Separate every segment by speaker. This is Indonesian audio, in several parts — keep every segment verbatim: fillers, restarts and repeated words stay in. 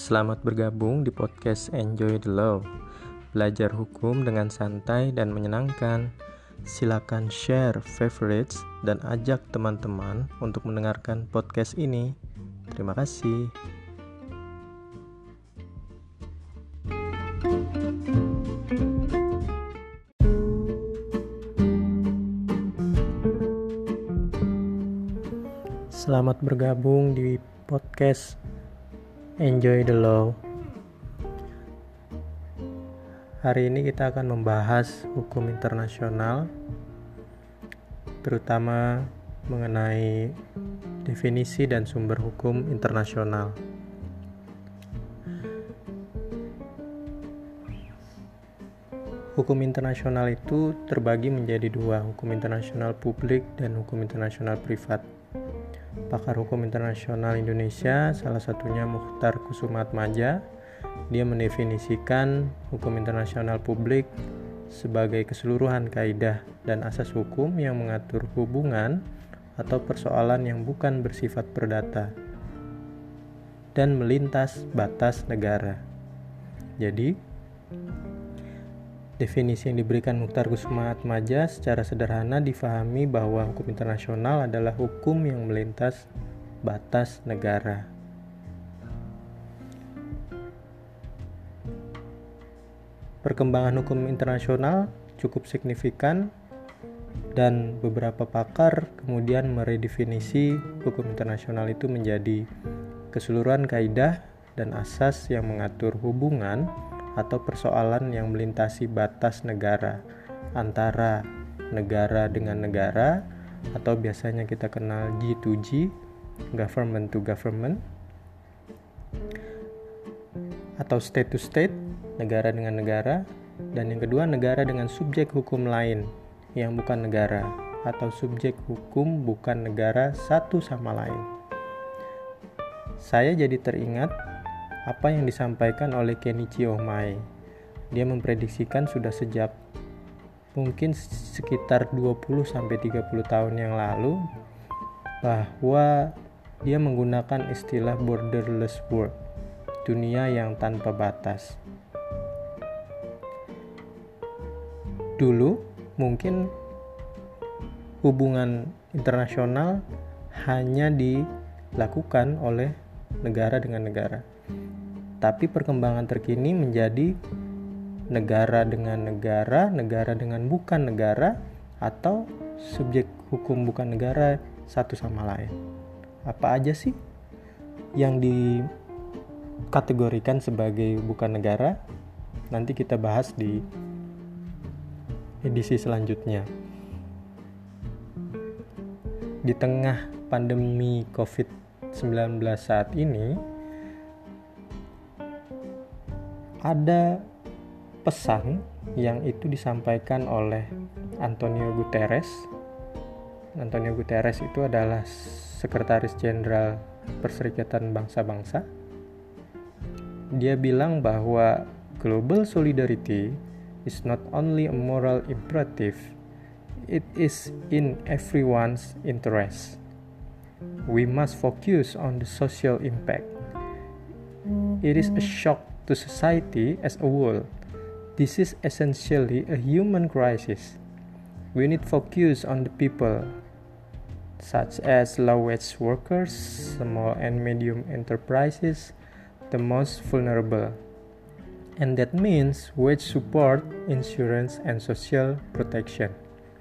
Speaker 1: Selamat bergabung di podcast Enjoy the Law. Belajar hukum dengan santai dan menyenangkan. Silakan share favorites dan ajak teman-teman untuk mendengarkan podcast ini. Terima kasih. Selamat bergabung di podcast Enjoy the Law. Hari ini kita akan membahas hukum internasional, terutama mengenai definisi dan sumber hukum internasional. Hukum internasional itu terbagi menjadi dua, hukum internasional publik dan hukum internasional privat. Pakar hukum internasional Indonesia, salah satunya Mukhtar Kusumaatmadja, dia mendefinisikan hukum internasional publik sebagai keseluruhan kaidah dan asas hukum yang mengatur hubungan atau persoalan yang bukan bersifat perdata dan melintas batas negara. Jadi, definisi yang diberikan Mukhtar Kusumaatmadja secara sederhana difahami bahwa hukum internasional adalah hukum yang melintas batas negara. Perkembangan hukum internasional cukup signifikan dan beberapa pakar kemudian meredefinisi hukum internasional itu menjadi keseluruhan kaidah dan asas yang mengatur hubungan atau persoalan yang melintasi batas negara antara negara dengan negara, atau biasanya kita kenal G to G, government to government, atau state to state, negara dengan negara, dan yang kedua negara dengan subjek hukum lain yang bukan negara, atau subjek hukum bukan negara satu sama lain. Saya jadi teringat apa yang disampaikan oleh Kenichi Ohmae. Dia memprediksikan sudah sejak mungkin sekitar dua puluh sampai tiga puluh tahun yang lalu bahwa dia menggunakan istilah borderless world, dunia yang tanpa batas. Dulu mungkin hubungan internasional hanya dilakukan oleh negara dengan negara. Tapi perkembangan terkini menjadi negara dengan negara, negara dengan bukan negara, atau subjek hukum bukan negara satu sama lain. Apa aja sih yang dikategorikan sebagai bukan negara? Nanti kita bahas di edisi selanjutnya. Di tengah pandemi covid sembilan belas saat ini, ada pesan yang itu disampaikan oleh Antonio Guterres. Antonio Guterres itu adalah Sekretaris Jenderal Perserikatan Bangsa-Bangsa. Dia bilang bahwa global solidarity is not only a moral imperative, it is in everyone's interest. We must focus on the social impact. It is a shock to society as a whole. This is essentially a human crisis. We need focus on the people, such as low-wage workers, small and medium enterprises, the most vulnerable. And that means wage support, insurance, and social protection.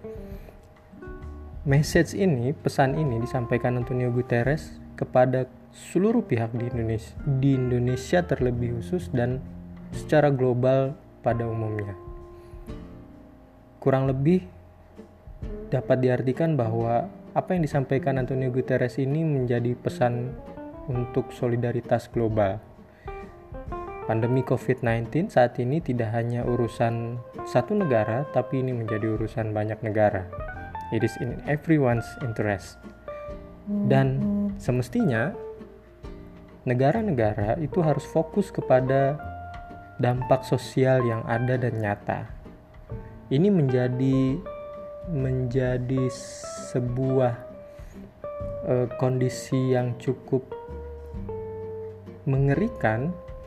Speaker 1: Message ini, pesan ini disampaikan Antonio Guterres kepada seluruh pihak di Indonesia, di Indonesia terlebih khusus dan secara global pada umumnya. Kurang lebih dapat diartikan bahwa apa yang disampaikan Antonio Guterres ini menjadi pesan untuk solidaritas global. Pandemi covid sembilan belas saat ini tidak hanya urusan satu negara, tapi ini menjadi urusan banyak negara. It is in everyone's interest. Dan semestinya negara-negara itu harus fokus kepada dampak sosial yang ada dan nyata. Ini menjadi menjadi sebuah uh, kondisi yang cukup mengerikan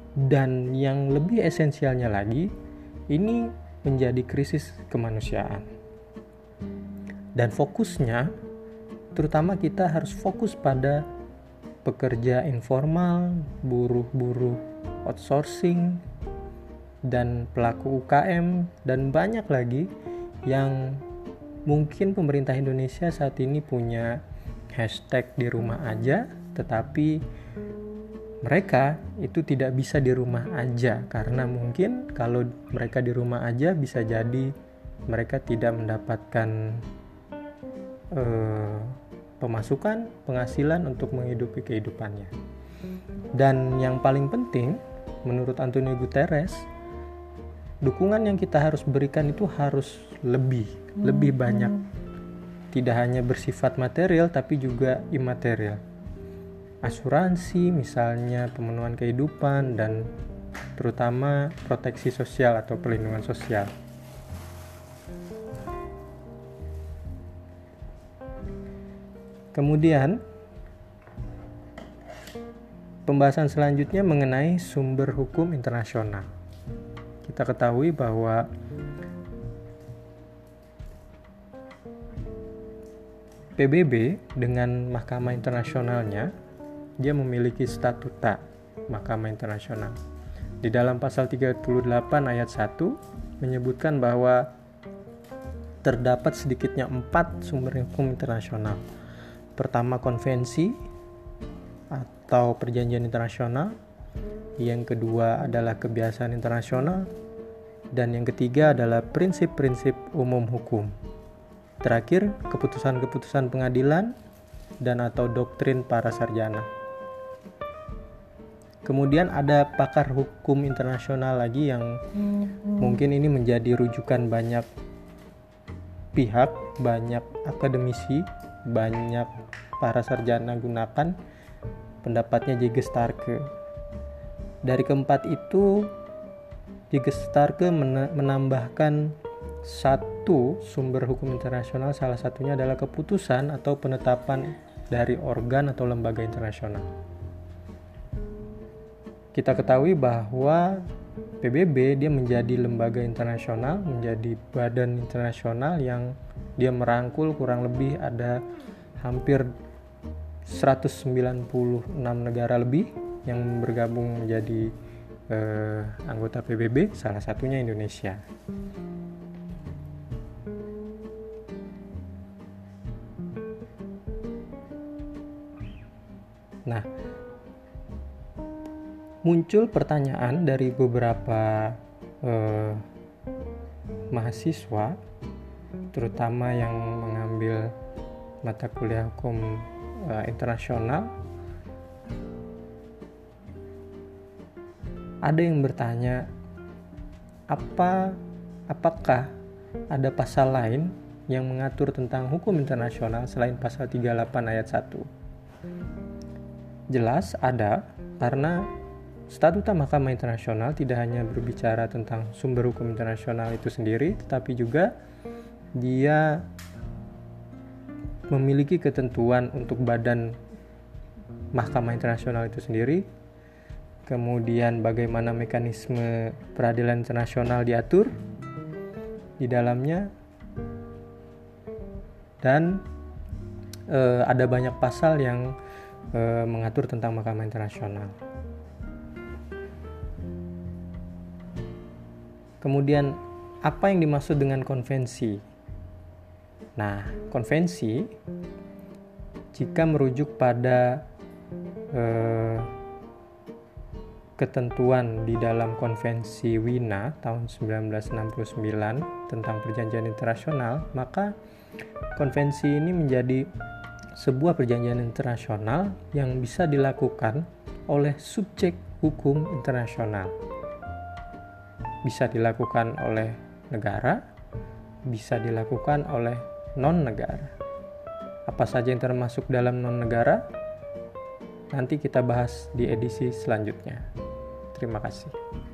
Speaker 1: Dan yang lebih esensialnya lagi, ini menjadi krisis kemanusiaan. Dan fokusnya, terutama kita harus fokus pada pekerja informal, buruh-buruh outsourcing, dan pelaku U K M, dan banyak lagi yang mungkin pemerintah Indonesia saat ini punya hashtag di rumah aja, tetapi mereka itu tidak bisa di rumah aja karena mungkin kalau mereka di rumah aja bisa jadi mereka tidak mendapatkan eh, pemasukan, penghasilan untuk menghidupi kehidupannya. Dan yang paling penting menurut Antonio Guterres, dukungan yang kita harus berikan itu harus lebih, lebih banyak. Tidak hanya bersifat material tapi juga imaterial. Asuransi misalnya, pemenuhan kehidupan, dan terutama proteksi sosial atau perlindungan sosial. Kemudian pembahasan selanjutnya mengenai sumber hukum internasional. Kita ketahui bahwa P B B dengan Mahkamah Internasionalnya, dia memiliki statuta Mahkamah Internasional. Di dalam pasal tiga puluh delapan ayat satu menyebutkan bahwa terdapat sedikitnya empat sumber hukum internasional. Pertama, konvensi atau perjanjian internasional. Yang kedua adalah kebiasaan internasional. Dan yang ketiga adalah prinsip-prinsip umum hukum. Terakhir, keputusan-keputusan pengadilan dan atau doktrin para sarjana. Kemudian ada pakar hukum internasional lagi yang mungkin ini menjadi rujukan banyak pihak, banyak akademisi, banyak para sarjana gunakan, pendapatnya J G Starke. Dari keempat itu, J G Starke menambahkan satu sumber hukum internasional, salah satunya adalah keputusan atau penetapan dari organ atau lembaga internasional. Kita ketahui bahwa P B B dia menjadi lembaga internasional, menjadi badan internasional yang dia merangkul kurang lebih ada hampir seratus sembilan puluh enam negara lebih yang bergabung menjadi eh, anggota P B B, salah satunya Indonesia. Nah, muncul pertanyaan dari beberapa eh, mahasiswa, terutama yang mengambil mata kuliah hukum uh, internasional. Ada yang bertanya, apa apakah ada pasal lain yang mengatur tentang hukum internasional selain pasal tiga puluh delapan ayat satu? Jelas ada, karena Statuta Mahkamah Internasional tidak hanya berbicara tentang sumber hukum internasional itu sendiri, tetapi juga dia memiliki ketentuan untuk badan Mahkamah Internasional itu sendiri, kemudian bagaimana mekanisme peradilan internasional diatur di dalamnya, dan e, ada banyak pasal yang e, mengatur tentang Mahkamah Internasional. Kemudian apa yang dimaksud dengan konvensi? Nah, konvensi jika merujuk pada eh, ketentuan di dalam Konvensi Wina tahun sembilan belas enam puluh sembilan tentang perjanjian internasional, maka konvensi ini menjadi sebuah perjanjian internasional yang bisa dilakukan oleh subjek hukum internasional. Bisa dilakukan oleh negara, bisa dilakukan oleh non-negara. Apa saja yang termasuk dalam non-negara? Nanti kita bahas di edisi selanjutnya. Terima kasih.